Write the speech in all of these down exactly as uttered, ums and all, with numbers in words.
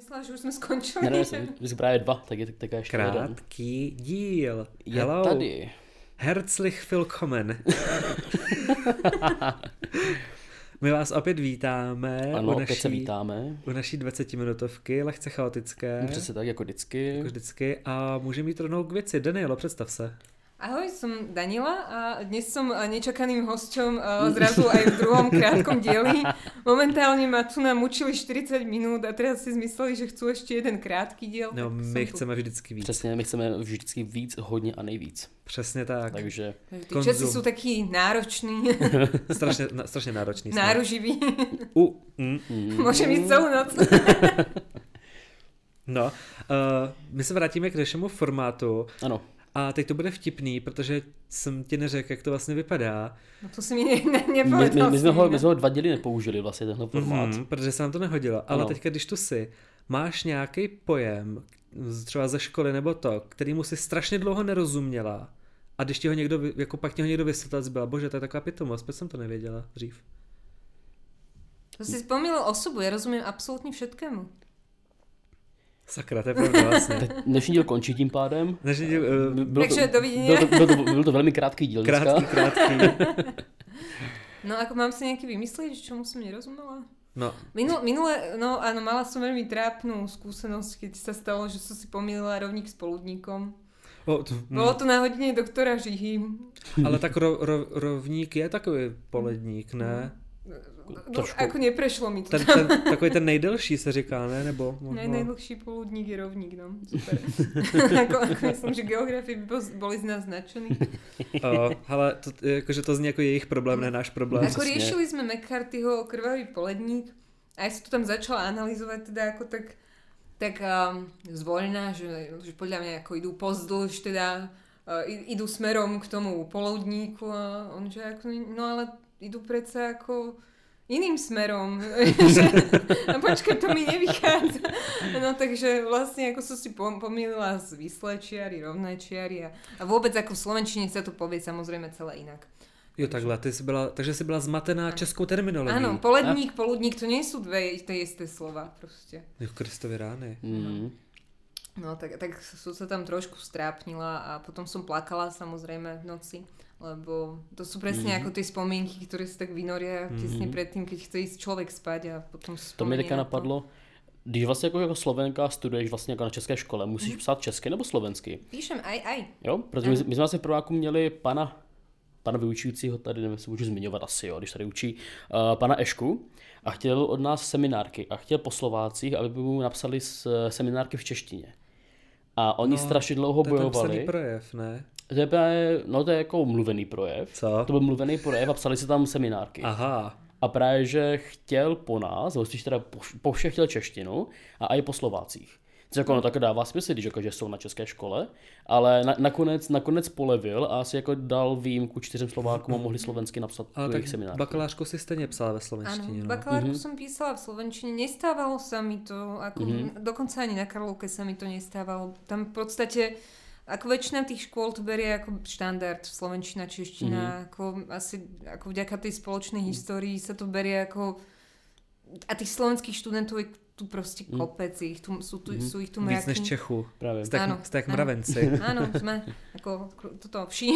myslela, že už jsme skončili. Ne, ne, jsme právě dva, tak je tak ještě jeden. Krátký díl. Je Hello. tady. Herzlich willkommen. My vás opět vítáme. Ano, u naší, naší, se vítáme. U naší dvacetiminutovky, lehce chaotické. Přesně tak, jako vždycky. Jako vždycky. A můžeme jít rovnou k věci. Danielo, představ se. Ahoj, som Daniela a dnes som nečakaným hosťom zrazu aj v druhom krátkom dieli. Momentálne ma tu nám učili štyridsať minút a teraz si zmysleli, že chcú ešte jeden krátky diel. No, my chceme tu... vždycky víc. Přesně, my chceme vždycky víc, hodně a nejvíc. Přesně tak. Takže... Tí Česi sú takí nároční. strašně, na, strašně náročný. Náruživí. U, mm. Mm. Môžem ísť celú noc. No, uh, my se vrátíme k našemu formátu. Ano. A teď to bude vtipný, protože jsem ti neřekl, jak to vlastně vypadá. No to si mi ne, ne, nepovedal. My, my, my, jsme ho, my jsme ho dva díly nepoužili vlastně tenhle formát. Mm-hmm, protože se nám to nehodilo. Ale teďka, když tu si, máš nějaký pojem, třeba ze školy nebo to, kterýmu si strašně dlouho nerozuměla. A když ti ho někdo, jako pak ti ho někdo vysvětlil, byla, bože, to je taková pitomost, proč jsem to nevěděla dřív. To si spomínal osobu, já rozumím absolutně všetkému. Sakra, to je pravda vlastně. Dnešní díl končí tím pádem. Dnešní díl, uh, bylo Takže to, dovidenia. Byl to, byl, to, byl to velmi krátký díl dneska. Krátký, krátký. No ako mám si nejaký vymyslieť, čomu som nerozumela? No. Minule, minule, no áno, mala som veľmi trápnu skúsenosť, keď sa stalo, že som si pomýlila rovník s poludníkom. O, to, Bolo to na hodině doktora Žihy. Ale tak ro, ro, rovník je takový poledník, ne? No, ako neprešlo mi to ten, ten, takový ten nejdelší se říká, ne? Nebo možno... Ne, nejdlhší poludník je rovník, no. Super. ako, ako myslím, že geografii by boli z nás značení. O, hele, to, jakože to zní jako jejich problém, ne náš problém. Ako riešili sme McCarthyho krvavý poledník a ja som to tam začala analyzovať teda ako tak tak um, zvoľná, že, že podľa mňa ako idú pozdĺž, teda uh, idú smerom k tomu poludníku a on že ako, no ale idú predsa ako iným smerom. A počkaj, to mi nevychádza. No takže vlastne ako som si pomýlila z vyslé čiary, rovné čiary a, a vôbec ako v slovenčine sa to povie samozrejme celé inak. Jo, takhle, ty jsi byla, takže jsi byla zmatená českou terminologií. Áno, poledník, poludník, to nie sú dve tie isté slova proste. Jo, Kristovi rány. Mm. No tak, tak som sa tam trošku strápnila a potom som plakala samozrejme v noci, lebo to sú presne mm. ako tie spomienky, ktoré sa tak vynoria mm. tesne predtým, keď chce ísť človek spať a potom to mi teďka napadlo. Když vlastně jako, jako Slovenka studuješ vlastně jako na české škole, musíš mm. psát česky nebo slovensky? Píšem aj, aj. Jo, protože my, my jsme asi v prváku měli pana pana vyučujícího, tady nevím, jestli můžu zmiňovat asi, jo, když tady učí, uh, pana Ešku a chtěl od nás seminárky a chtěl po Slovácích, aby by mu napsali z, seminárky v češtině. A oni no, strašně dlouho to je bojovali. To je projev, ne? To je, no to je jako mluvený projev. Co? To byl mluvený projev a psali se tam seminárky. Aha. A právě, že chtěl po nás, vlastně teda po, po všech chtěl češtinu a i po Slovácích. Což jako no, tak dává smysl, když jako, že jsou na české škole, ale na, nakonec, nakonec polevil a asi jako dal výjimku čtyřem Slovákům a mohli slovensky napsat tu jejich seminárku. Bakalářku si stejně psala ve slovenštině. Áno, no. bakalárku mm-hmm. som písala v slovenčine, nestávalo sa mi to, ako, mm-hmm. dokonca ani na Karlovke sa mi to nestávalo. Tam v podstate, ako väčšina tých škôl to berie ako štandard, slovenčina, čeština, mm-hmm. ako asi ako vďaka tej spoločnej histórii sa to berie ako, a tých slovenských študentov je tu prostě kopec, ich tu, sú, tu, mm-hmm. sú ich tu mraky. Víc než Čechů. Právě. Jste jak, jste jak mravenci. Áno, sme ako toto vši.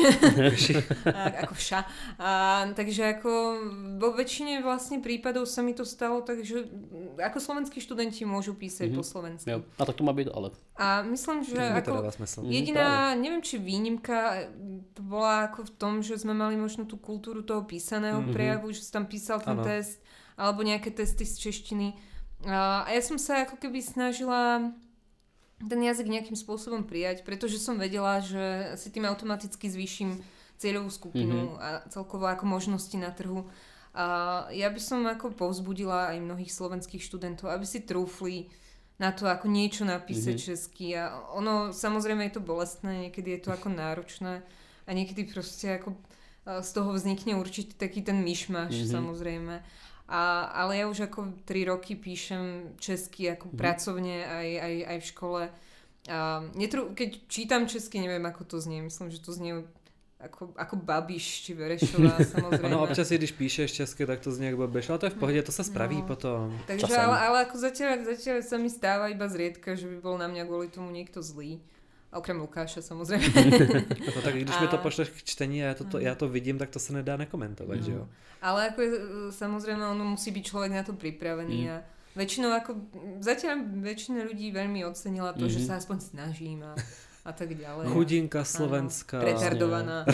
ako vša. A, takže ako vo väčšine vlastne prípadov sa mi to stalo, takže ako slovenskí študenti môžu písať mm-hmm. po slovensky. Jo. A tak to má byť ale. A myslím, že ako jediná, mm, neviem či výnimka to bola ako v tom, že sme mali možno tú kultúru toho písaného mm-hmm. prejavu, že som tam písal ten ano. test, alebo nejaké testy z češtiny. A ja som sa ako keby snažila ten jazyk nejakým spôsobom prijať, pretože som vedela, že si tým automaticky zvýšim cieľovú skupinu mm-hmm. a celkovo ako možnosti na trhu. A ja by som ako povzbudila aj mnohých slovenských študentov, aby si trúfli na to ako niečo napísať mm-hmm. česky. A ono, samozrejme je to bolestné, niekedy je to ako náročné a niekedy proste ako z toho vznikne určitý taký ten myšmaš, mm-hmm. samozrejme. A, ale ja už ako tri roky píšem česky ako mm. pracovne aj, aj, aj v škole. A netru, keď čítam česky, neviem ako to znie, myslím, že to znie ako, ako Babiš či Verešová, samozrejme. No občas, když píšeš česky, tak to znie jak Babiš, ale to je v pohodě, to sa spraví no. potom. Takže, ale, ale ako zatiaľ, zatiaľ sa mi stáva iba zriedka, že by bol na mňa kvôli tomu niekto zlý. Okrem Lukáša samozřejmě. No tak když a... mi to pošleš k čtení a já to, to, já to vidím, tak to se nedá nekomentovat, no. že jo? Ale ako je, samozrejme, ono musí byť človek na to pripravený mm. a väčšinou ako, zatiaľ väčšina ľudí veľmi ocenila to, mm-hmm. že sa aspoň snažím a, a tak ďalej. Chudinka slovenská. Pretardovaná.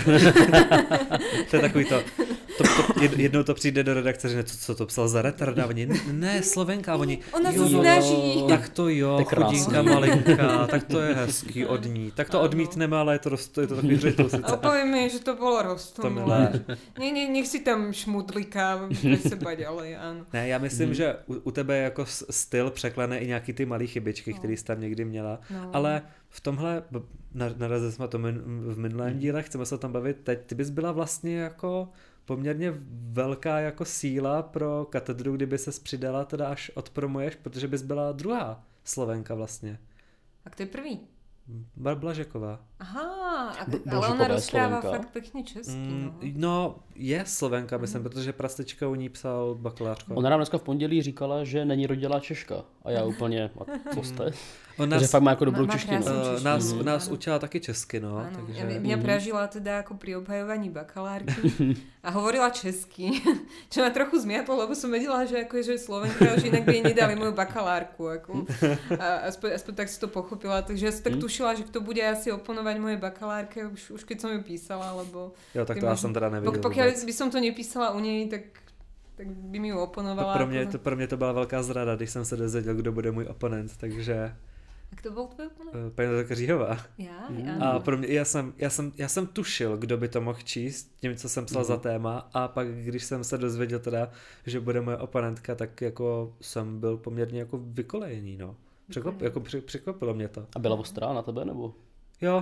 To je takový to, to, to, jednou to přijde do redakce, že co, co to psal za retardávání. Ne, Slovenka, oni. Ona se snaží. Tak to jo, chudinka malinká, tak to je hezký od ní. Tak to ano. Odmítneme, ale je to, rosto, je to takový řetul sice. A poviem mi, že to bolo roztomilé. Ne, ne, nech si tam šmudlíka pre seba ďalej, áno. Ne, já myslím, hmm. že u, u tebe je jako styl překlené i nějaký ty malý chybičky, no. který jsi tam někdy měla, no. ale v tomhle, narazili jsme to v minulém díle, chceme se tam bavit teď, ty bys byla vlastně jako poměrně velká jako síla pro katedru, kdyby ses přidala teda až odpromuješ, protože bys byla druhá Slovenka vlastně. A kto je prvý? Blažeková. Aha, a, ale ona rozpráva fakt pěkně česky. No. Mm, no, je Slovenka, myslím, mm. protože Prastečka u ní psal bakalářku. Ona nám dneska v pondělí říkala, že není rodilá Češka. A já úplně, a co jste? On nás, že fakt má jako dobrou má, češtinu. Uh, nás, mm. nás učila taky česky, no. Ano, takže... Mňa mm. pražila teda jako pri obhajovaní bakalárky a hovorila česky, čo ma trochu zmiatlo, lebo som vedela, že ako je, že Slovenka, že inak by jej nedali moju bakalárku. Ako, a aspoň, aspoň tak si to pochopila, takže ja som tak tušila, že kto bude asi oponovať mojej bakalárke, už, už keď som ju písala, lebo... Jo, tak to ja som teda nevedel. Pokiaľ by som to nepísala u nej, tak tak by mi ju oponovala. To pro, mě, to pro mě to byla velká zrada, když jsem se dozvěděl, kdo bude můj oponent, takže... A kdo byl tvůj oponent? Paní doktorka Říhová. Já? Mm. A pro mě, já jsem, já, jsem, já jsem tušil, kdo by to mohl číst, tím, co jsem psal mm. za téma, a pak, když jsem se dozvěděl teda, že bude moje oponentka, tak jako jsem byl poměrně jako vykolejený, no. Překvap, jako překvapilo mě to. A byla ostrá na tebe, nebo? Jo.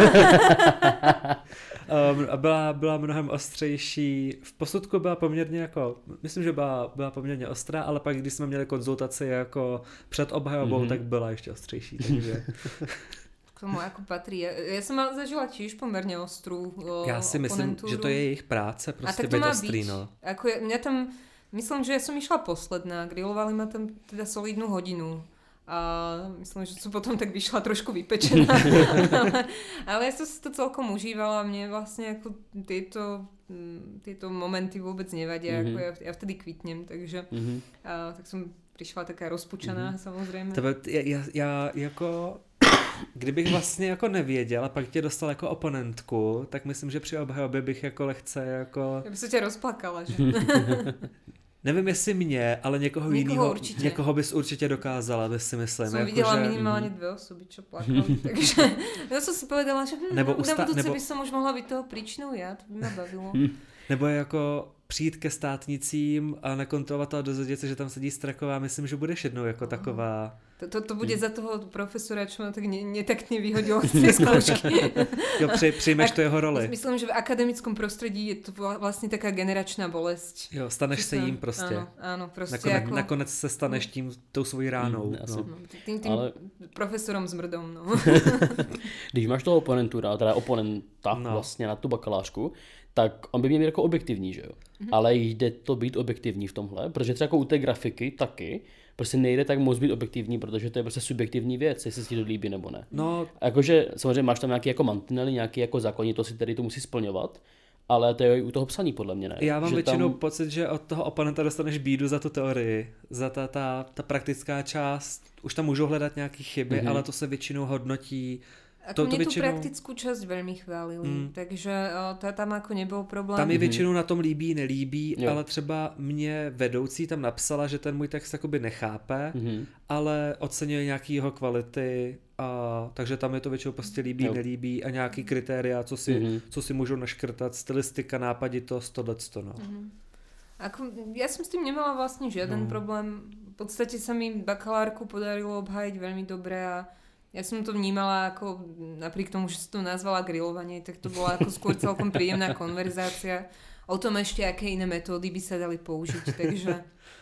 um, a byla, byla mnohem ostřejší. V posudku byla poměrně jako, myslím, že byla, byla poměrně ostrá, ale pak, když jsme měli konzultaci jako před obhajobou, mm-hmm. tak byla ještě ostřejší. Takže... K tomu jako patří. Já, já jsem zažila tiež poměrně ostrou Já si myslím, že to je jejich práce, prostě být ostrý, no. Ako ja, mňa tam, myslím, že ja som išla posledná, grilovali ma tam teda solidnú hodinu. A myslím, že som potom tak vyšla trošku vypečená. ale, ale ja som si to celkom užívala. Mne vlastne ako tieto, tieto momenty vôbec nevadia. Mm-hmm. Ako ja, ja vtedy kvitnem, takže mm-hmm. a, tak som prišla taká rozpučená, mm-hmm. samozrejme. Tebe, ja, ja jako... Kdybych vlastně jako nevěděl a pak tě dostal jako oponentku, tak myslím, že při obhajobě bych jako lehce jako... Já bych se tě rozplakala, že? Nevím, jestli mě, ale někoho, někoho jiného, někoho bys určitě dokázala, bys si myslím. Jsem jako, viděla že... minimálně dvě osoby, čo plakali, takže já jsem si povedala, že hm, nebo usta... na budúce nebo... by som už mohla být toho príčinou já, to by mě bavilo. Nebo jako přijít ke státnicím a nekontrolovat to a dozvědět se, že tam sedí Straková, myslím, že budeš jednou jako taková... To, to, to bude hmm. za toho profesora, čo ma tak ne, netaktne vyhodilo z tej skúšky. Jo, při, přijmeš to jeho roli. Myslím, že v akademickom prostredí je to vlastne taká generačná bolesť. Jo, staneš se jím prostě. Áno, áno prostě nakonec, ako... nakonec se staneš tím, tou svojí ránou. Hmm, no. No, tým, tým ale... profesorom Zmrdom. No. Když máš toho oponentura, teda oponenta no. vlastně na tu bakalářku, tak on by měl být jako objektivní, že jo? Mm-hmm. Ale jde to být objektivní v tomhle, protože třeba jako u té grafiky taky, prostě nejde tak moc být objektivní, protože to je prostě subjektivní věc, jestli si to líbí nebo ne. No. Jakože samozřejmě máš tam nějaký jako mantinely, nějaký jako zákonitosti, který to musí splňovat, ale to je i u toho psaní podle mě, ne? Já mám že většinou tam... pocit, že od toho oponenta dostaneš bídu za tu teorii, za ta, ta, ta praktická část, už tam můžou hledat nějaké chyby, mm-hmm. ale to se většinou hodnotí. Ako to, to mne většinou... tú praktickú časť veľmi chválili, mm. takže to tam ako nebol problém. Tam je většinou na tom líbí, nelíbí, jo. ale třeba mě vedoucí tam napsala, že ten můj text jakoby nechápe, mm. ale oceňuje nějaký jeho kvality, a takže tam je to většinou prostě líbí, jo. nelíbí a nějaký kritéria, co si, mm. co si můžou naškrtat, stylistika, nápaditost, tohleto, no. Mm. Ako, ja som s tým nemala vlastne žiaden no. problém. V podstate sa mi bakalárku podarilo obhájiť veľmi dobre a ja som to vnímala ako, napriek tomu, že si to nazvala grilovanie, tak to bola ako skôr celkom príjemná konverzácia o tom ešte, aké iné metódy by sa dali použiť, takže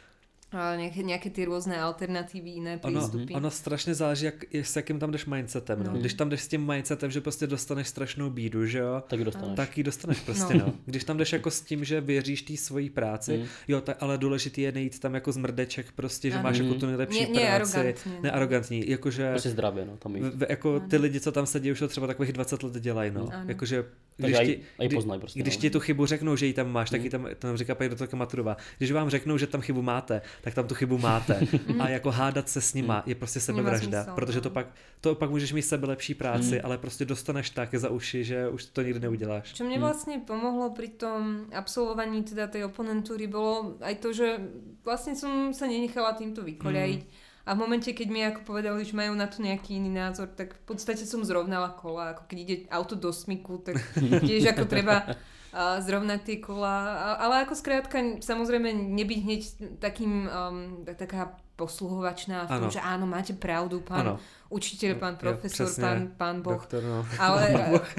Nějaké, nějaké ty různé alternativy, jiné přístupy. Ono, ono strašně záleží, jak, s jakým tam jdeš mindsetem. No. Když tam jdeš s tím mindsetem, že prostě dostaneš strašnou bídu, že jo? Tak ji dostaneš. Tak ji dostaneš prostě, no. no. Když tam jdeš jako s tím, že věříš té svojí práci, mm. jo, tak, ale důležitý je nejít tam jako z mrdeček prostě, že ano. máš jako tu nejlepší ne, práci. Nearogantní. Nearogantní. Jakože... Prostě zdravě, no. Tam v, jako ty lidi, co tam sedí, už to třeba takových dvacet let dělají, no. Jakože když, ti, kdy, prostě, když no. ti tu chybu řeknou, že ji tam máš, mm. tak ji tam, tam říká paní doktorka Maturová. Když vám řeknou, že tam chybu máte, tak tam tu chybu máte. A jako hádat se s nima je prostě sebevražda, smysl, protože to pak, to pak můžeš mít sebe lepší práci, mm. ale prostě dostaneš tak za uši, že už to nikdy neuděláš. Čo mne mm. vlastne pomohlo pri tom absolvovaní teda tej oponentúry bolo aj to, že vlastne som sa nenechala týmto vykoľajiť. Mm. A v momente, keď mi ako povedali, že majú na to nejaký iný názor, tak v podstate som zrovnala kola, ako keď ide auto do smyku, tak tiež ako treba a zrovnať tie kola, ale ako skrátka samozrejme nebyť hneď takým um, taká posluhovačná v tom, ano. že áno, máte pravdu, pán ano. učiteľ, pán profesor, jo, pán, pán Boh. Doktor, no. Ale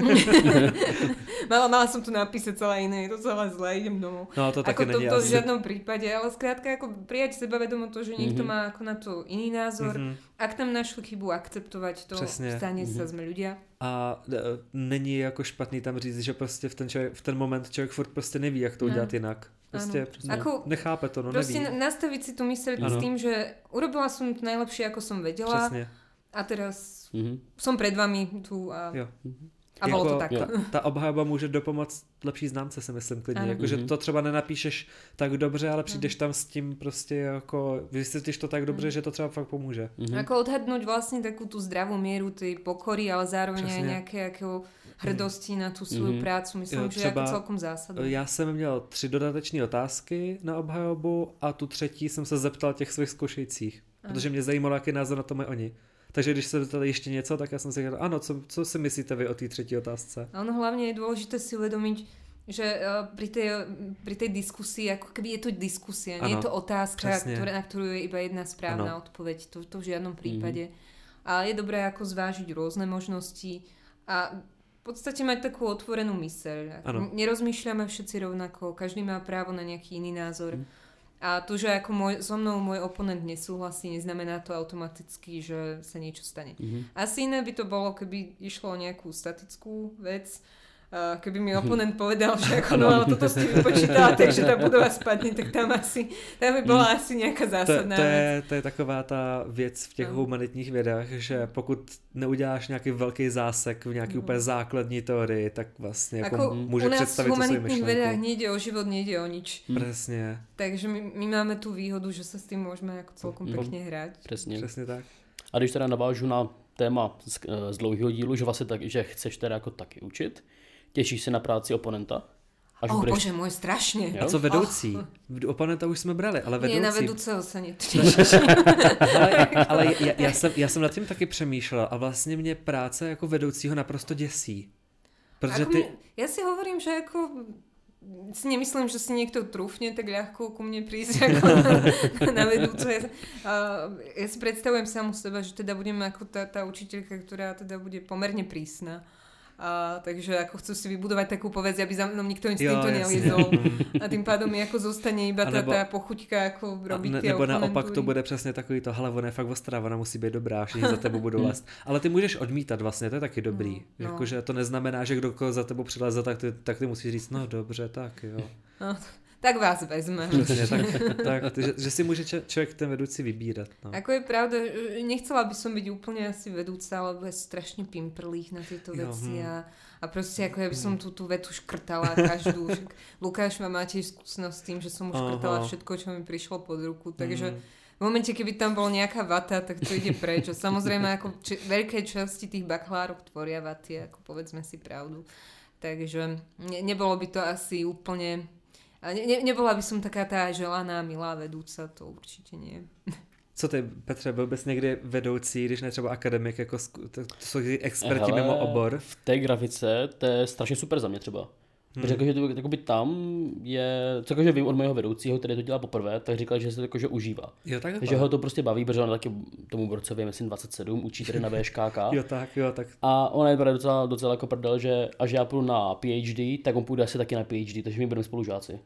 mala, mala som tu napísať celé iné, je to celé zlé, idem domov. No, to ako to, to v žiadnom prípade, ale skrátka ako prijať sebavedomo to, že niekto mm-hmm. má ako na to iný názor. Mm-hmm. Ak tam našli chybu, akceptovať to, Přesně. stane mm-hmm. sa, sme ľudia. A není jako špatný tam říct, že prostě v ten, člověk, v ten moment člověk furt prostě neví, jak to udělat no. jinak. Prostě, prostě ako, nechápe to, no prostě neví. nastaviť si tu myseľ s tým, že urobila som to najlepšie, ako som vedela. Přesně. A teraz mm-hmm. som pred vami tu a... Jo. A bylo jako, to tak. Ta, ta obhajoba může dopomoct lepší známce, si myslím klidně. Jakože to třeba nenapíšeš tak dobře, ale přijdeš tam s tím prostě jako, vysvětlíš to tak dobře, že to třeba fakt pomůže. Mm-hmm. Ako odhadnúť vlastne takú tú zdravú mieru tej pokory, ale zároveň Přesně. aj nejaké ako hrdosti na tu svoju mm-hmm. prácu. Myslím, jo, že je jako celkom zásadné. Já jsem měl tři dodateční otázky na obhajobu a tu třetí jsem se zeptal těch svých zkoušejících, protože mě zajímalo, jaký názor na to mají oni. Takže když se zeptali ještě něco, tak já jsem si říkal, ano, co, co si myslíte vy o té třetí otázce? Ono hlavně je důležité si uvědomit, že uh, pri, tej, pri tej diskusii, ako keby je to diskusia, ano, nie je to otázka, ktoré, na ktorú je iba jedna správna ano. odpoveď, to, to v žiadnom prípade. Mm. Ale je dobré ako zvážiť rôzne možnosti a v podstate mať takú otvorenú myseľ. Nerozmýšľame všetci rovnako, každý má právo na nejaký iný názor. Mm. A to, že ako môj, so mnou môj oponent nesúhlasí, neznamená to automaticky, že sa niečo stane. Mm-hmm. Asi iné by to bolo, keby išlo o nejakú statickú vec, Uh, keby mi oponent povedal, že ako, no ale toto si vypočítala, takže tá budova spadne, tak tam asi, tam by bola mm. asi nejaká zásadná to, to věc. Je, to je taková ta věc v těch no. humanitních vědách, že pokud neuděláš nějaký velký zásek v nějaký mm. úplně základní teorii, tak vlastně jako, jako může představit tu svoji myšlenku. U nás v humanitních vědách nejde o život, nejde o nič. Mm. Presne. Takže my, my máme tu výhodu, že sa s tým môžeme ako celkom mm. pekne hrať. Presne. Presne tak. A když teda navážu na téma z, z dlouhého dílu, že vlastně tak, že chceš teda jako taky učit, těšíš se na práci oponenta? Až oh, budeš... bože můj, strašně. Jo? A co vedoucí? Oh. Oponenta už jsme brali, ale vedoucí... Nie, na vedoucího se netěšíš. ale ale já, já, jsem, já jsem nad tím taky přemýšlel a vlastně mě práce jako vedoucího naprosto děsí. Protože ty... Já si hovorím, že jako... si nemyslím, že si niekto trúfne tak ľahko ku mne prísť ako na, na vedúcu. Ja, ja si predstavujem samu seba, že teda budem ako tá, tá učiteľka, ktorá teda bude pomerne prísna. A, takže ako chcú si vybudovať takú povedz, aby za mnou nikto nic týmto nelizol. A tým pádom mi ako zostane iba tá, tá pochuťka, ako robiť ne, tie nebo naopak to bude přesně takový to, hele, ona je fakt ostrá, ona musí být dobrá, všichni za tebou budou lézt. Ale ty můžeš odmítat vlastně, to je taky dobrý. No, no. Jakože to neznamená, že kdo za tebou přileze, tak ty, tak ty musíš říct, no dobře, tak jo. No, tak vás vezme. Přesně, tak, tak že, že si může člověk ten vedoucí vybírat. No. Ako je pravda, nechcela by som byť úplne asi vedúca, ale je strašne pimprlých na tieto jo, veci hm. a, a proste ako ja by som tú, tú vetu škrtala každú. Lukáš má má tiež skúsenosť s tým, že som mu škrtala všetko, čo mi prišlo pod ruku, takže v momente, keby tam bol nejaká vata, tak to ide preč. A samozrejme, ako či, veľké časti tých bakalárov tvoria vaty, ako povedzme si pravdu. Takže ne, nebolo by to asi úplne... A ne, ne, nebola by som taká tá želaná, milá vedúca, to určitě nie. Co ty, Petře, byl bys někdy vedoucí, když ne třeba akademik, jako to, to jsou experti Hele, mimo obor? V té grafice to je strašně super za mě třeba. Hmm. Protože jakože, jakoby tam je, co jakože vím od mého vedoucího, který to dělá poprvé, tak říkal, že se to jakože užívá. Jo, tak že ho to prostě baví, protože on taky tomu borcovi, myslím dvacet sedm, učí tady na V Š K K. Jo, tak, jo, tak. A on je docela, docela jako prdel, že až já půjdu na P H D, tak on půjde asi taky na P H D, takže my budeme spolužáci.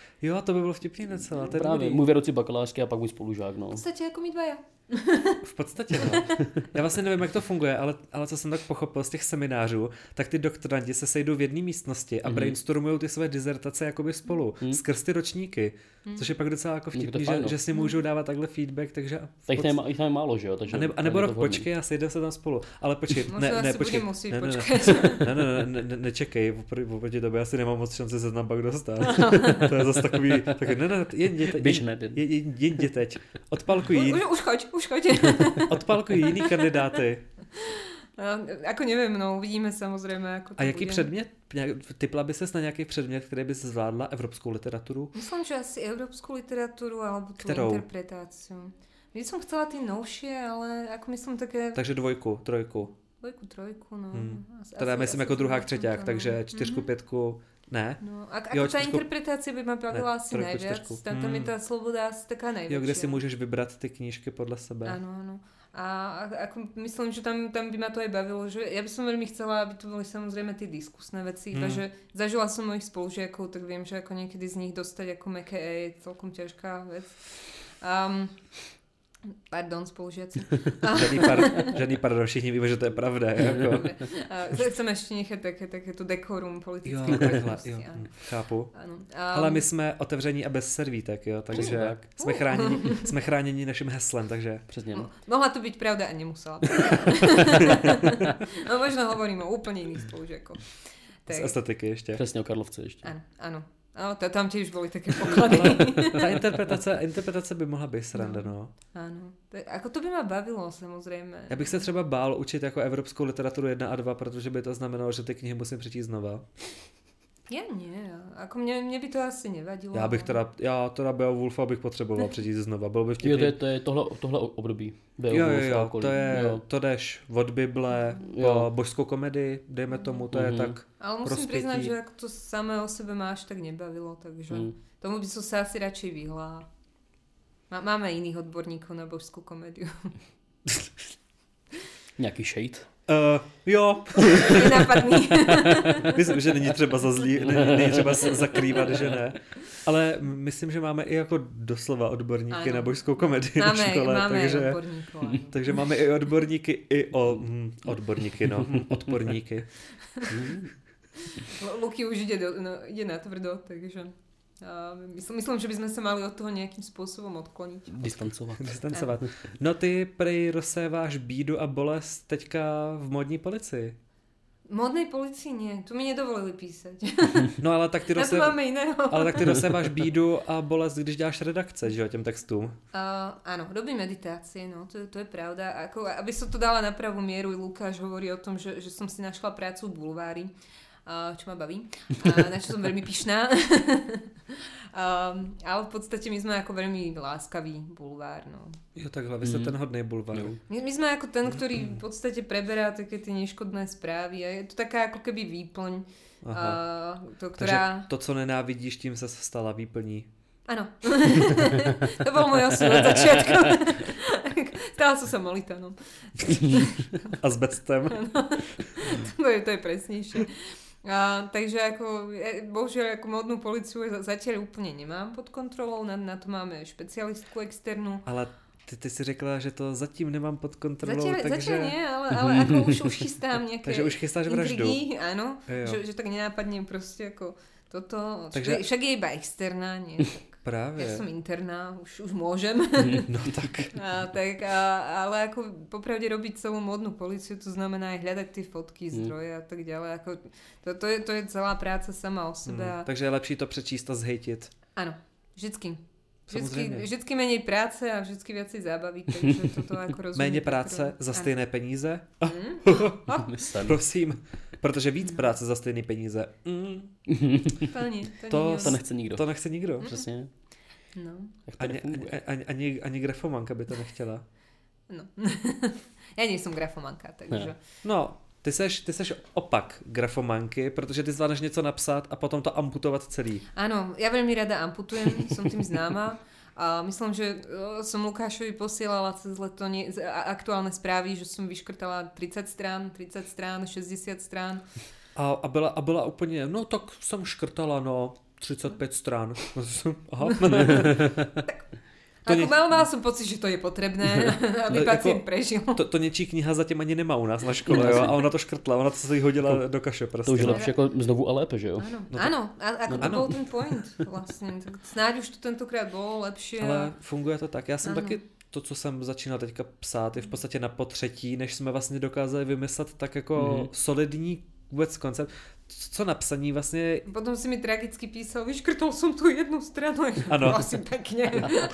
Jo, to by bylo vtipný docela. No, právě, můj vedoucí bakalářský a pak můj spolužák, no. V podstatě jako my dvaja. V podstatě, no. Já vlastně nevím, jak to funguje, ale, ale co jsem tak pochopil z těch seminářů, tak ty doktorandi se sejdou v jedné místnosti a mm-hmm. brainstormujou ty své dizertace jakoby spolu, mm. skrz ty ročníky, mm. což je pak docela jako vtipný, že, že si můžou dávat takhle feedback, takže... Tak jich tam je málo, že jo? Takže a, ne, a nebo rok počkej a sejdou se tam spolu, ale počkej, ne, ne, počkej, ne, ne, ne, ne, ne, ne, nečekej, oproti tobě asi nemám moc šance se tam pak dostat. To je zase takový, takový ne, ne, jen jdi teď, odpalkuj jiný. Už choď, už choď. Odpalkují jiný kandidáty. No, ako neviem, no uvidíme samozřejmě. Ako a jaký bude. Předmět? Typla by ses na nějaký předmět, který by se zvládla? Evropskou literaturu? Myslím, že asi evropskou literaturu alebo tú Kterou? Interpretáciu. Ja som chcela ty novšie, ale ako myslím také... Takže dvojku, trojku. Dvojku, trojku, no. Hmm. Asi, teda asi, myslím asi jako druhák, třeťák, takže čtyřku, mm-hmm. pětku, ne? No, a, jo, ako tá čtyřku... interpretácia by ma bavila asi trojku, najviac. Tam, tam je tá sloboda asi taká najväčšia. Jo, kde si môžeš vybrať ty knížky podľa sebe. Áno, áno. A ako myslím, že tam, tam by ma to aj bavilo, že ja by som veľmi chcela, aby to boli samozrejme tie diskusné veci, mm. že zažila som mojich spolužiakov, tak viem, že ako niekedy z nich dostať ako meké E je celkom ťažká vec. Um, Pardon, spolužiaci. žádný, par, žádný pardon, všichni víme, že to je pravda. Jako. Chceme ještě nechat také, také to dekorum politické. Jo, takhle, jo, chápu. Ano. Um, Ale my jsme otevření a bez servítek, jo, takže uh, jsme, chráněni, jsme chráněni naším heslem, takže přesně. No. Mohla to být pravda a nemusela. No možno hovorím o úplně jiných spolužiakov. Z estetiky ještě. Přesně o Karlovce ještě. Ano, ano. No, to, tam tiež boli také poklady. Ta interpretace, interpretace by mohla být sranda, no. no. Áno. Ako to by ma bavilo, samozrejme. Já bych se třeba bál učit jako evropskou literaturu jedna a dva, protože by to znamenalo, že ty knihy musím přečíst znova. Ja nie, ako mne, mne by to asi nevadilo. Já bych teda, já teda Beowulfa bych potřeboval přečíst znova, bylo by vtipný. Jo, to je, to je tohle, tohle období. Beowulf, jo, jo, jo, to je, jo. To jdeš od Bible jo. po božskou komedii, dejme tomu, to mm. je tak. Ale musím rozpětí. Priznať, že ako to samé o sebe ma až tak nebavilo, takže mm. tomu by som sa asi radšej vyhla. Máme iných odborníkov na božskú komédiu. Nějaký shade? Uh, jo. Nenapadný. Myslím, že není třeba zazlí, není, není třeba zakrývat, že ne. Ale myslím, že máme i jako doslova odborníky ano. na božskou komedii máme, na škole. Máme takže, odborníků. takže máme i odborníky, i o hm, odborníky, no, odporníky. Luky už jde, do, no, jde na tvrdo, takže... Uh, myslím, myslím, že bychom se mali od toho nějakým způsobem odklonit. Distancovat. Distancovat. No ty prej rozséváš bídu a bolest teďka v modní policii. V modnej policii nie, tu mi nedovolili písať. No ale tak ty rozséváš... Na to máme jiného. Ale tak ty rozséváš bídu a bolest, když děláš redakce, že jo, těm textům. Uh, áno, robím meditácie, no, to, to je pravda. Ako, aby som to dala na pravú mieru, Lukáš hovorí o tom, že, že som si našla prácu v bulvári. Uh, čo ma baví, uh, na čo som veľmi pyšná. um, ale v podstate my sme ako veľmi láskavý bulvár. No. Jo, takhle, vy ste mm. ten hodný bulvár. My, my sme ako ten, ktorý v podstate preberá také tie neškodné správy a je to taká ako keby výplň. Uh, to, ktorá... Takže to, co nenávidíš, tím sa stala výplní. Áno. To bol môj osud od začiatku. Stala som sa molitanom. A s bestem. To je, to je presnejšie. A, takže ako, bohužiaľ ako modnú policiu zatiaľ úplne nemám pod kontrolou, na, na to máme špecialistku externú. Ale ty, ty si řekla, že to zatím nemám pod kontrolou, zatiaľ, takže... Zatiaľ nie, ale, ale ako už, už chystám nejaké takže už chystáš vraždu. Intrigy, áno, že, že tak nenápadne proste ako toto, takže... však je iba externá, nie, tak právě. Ja som interná, už, už môžem. No tak. A, tak a, ale ako popravde robiť celú modnú policiu, to znamená aj hľadať tie fotky, zdroje a tak ďalej. Ako, to, to, je, to je celá práca sama o sebe. Mm, a... Takže je lepší to přečíst a zhejtit. Áno, vždycky. Vždycky, vždycky menej práce a vždycky viacej zábaví, takže toto ako rozumím. Méně práce za stejné ano. peníze? Mm. Prosím. Protože víc práce za stejné peníze. Mm. Plně, to, to, to nechce nikdo. To nechce nikdo. Mm. Přesně. No. Ani, ani, ani, ani grafomanka by to nechtěla. No. Já nejsem grafomanka, takže... Ne. No, ty seš, ty seš opak grafomanky, protože ty zvládneš něco napsat a potom to amputovat celý. Áno, ja veľmi rada amputujem, som tým známa. A myslím, že som Lukášovi posielala cez leto nie, aktuálne správy, že som vyškrtala tridsať strán, tridsať strán, šesťdesiat strán. A, a, byla, a byla úplně, no tak jsem škrtala, no. třicet pět stran. Aha. To ako ne... mal, mal som pocit, že to je potrebné, aby pacient jako, prežil. To, to něčí kniha zatím ani nemá u nás na škole, jo? A ona to škrtla, ona to se jí hodila to, do kaše prostě. To už je lepší jako znovu a lépe, že jo? Áno, no to... áno a ako no, to bol ten point vlastne. Tak snáď už to tentokrát bolo lepšie. Ale funguje to tak, já jsem ano. taky to, co jsem začínal teďka psát, je v podstatě na potřetí, než jsme vlastně dokázali vymyslet tak jako mm. solidní vůbec koncept. Co napsaní vlastně... Potom si mi tragicky písal, vyškrtol som tu jednu stranu. Ano. Prosím pekne.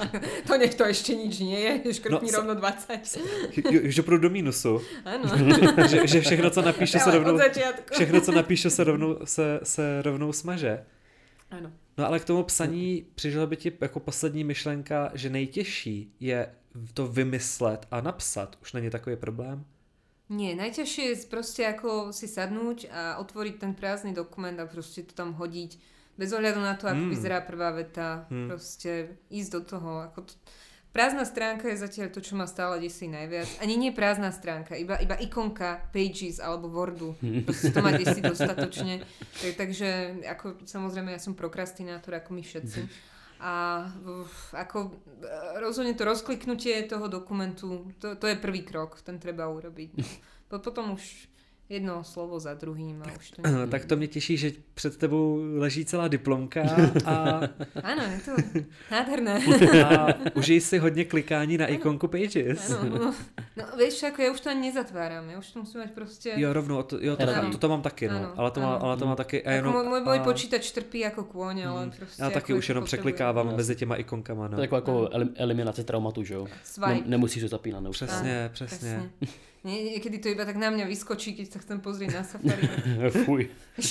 To nech to ešte nič nie je. Škrtni no, rovno dvacet. Že půjdu do mínusu. Ano. že, že všechno, co napíšu, se rovnou... Všechno, co napíšu, se rovnou, se, se rovnou smaže. Ano. No ale k tomu psaní přišla by ti jako poslední myšlenka, že nejtěžší je to vymyslet a napsat. Už není takový problém? Nie, najťažšie je proste ako si sadnúť a otvoriť ten prázdny dokument a proste to tam hodiť bez ohľadu na to, ako mm. vyzerá prvá veta, mm. proste ísť do toho. Ako to... Prázdna stránka je zatiaľ to, čo ma stále desí najviac. Ani nie prázdna stránka, iba, iba ikonka Pages alebo Wordu. Proste to ma desí dostatočne. Tak, takže ako, samozrejme ja som prokrastinátor ako my všetci. A ako rozhodne to rozkliknutie toho dokumentu, to, to je prvý krok, ten treba urobiť. Potom už jedno slovo za druhým a už to nie... Tak to mě těší, že před tebou leží celá diplomka a... Áno, je to nádherné. A užij si hodně klikání na ikonku Pages. Áno, no, no vieš, ako ja už to ani nezatváram, ja už to musím mať proste... Jo, rovno, to, jo, to, to, to mám taky, no, ano, ale to, má, ale to má taky... A jenom, môj, môj a... počítač trpí ako kôň, ale proste... Já taky už jenom překlikávám no. mezi těma ikonkama, no. To je jako, jako eliminace traumatu, že jo? Ne, nemusíš to zapínat neustále. Přesně, ano, přesně. přesně. Nie, niekedy to iba tak na mňa vyskočí, keď sa chcem pozrieť na Safari. Fuj.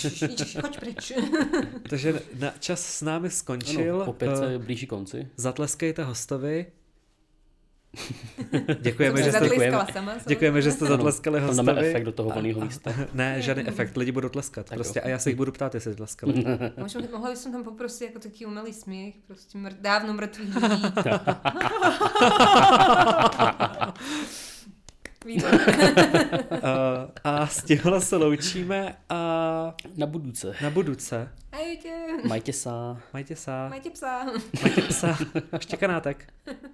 Choď preč. Takže na, čas s námi skončil. Ano, opět se blíží konci. Zatleskejte hostovi. Děkujeme, že jste, sama, děkujeme, že jste zatleskali hostovi. Dáme efekt do toho volného místa. Ne, žádný efekt, lidi budou tleskat. Tak prostě, a já se jich budu ptát, jestli tleskali. Možná, mohla by som tam poprosiť ako taký umelý smiech, prostě mr- dávno mrtvých lidí. uh, a s tímhle se loučíme a na buduce. Na buduce. Ajde. Majte sa. Majte sa. Majte psa. Majte psa. Štěkanátek.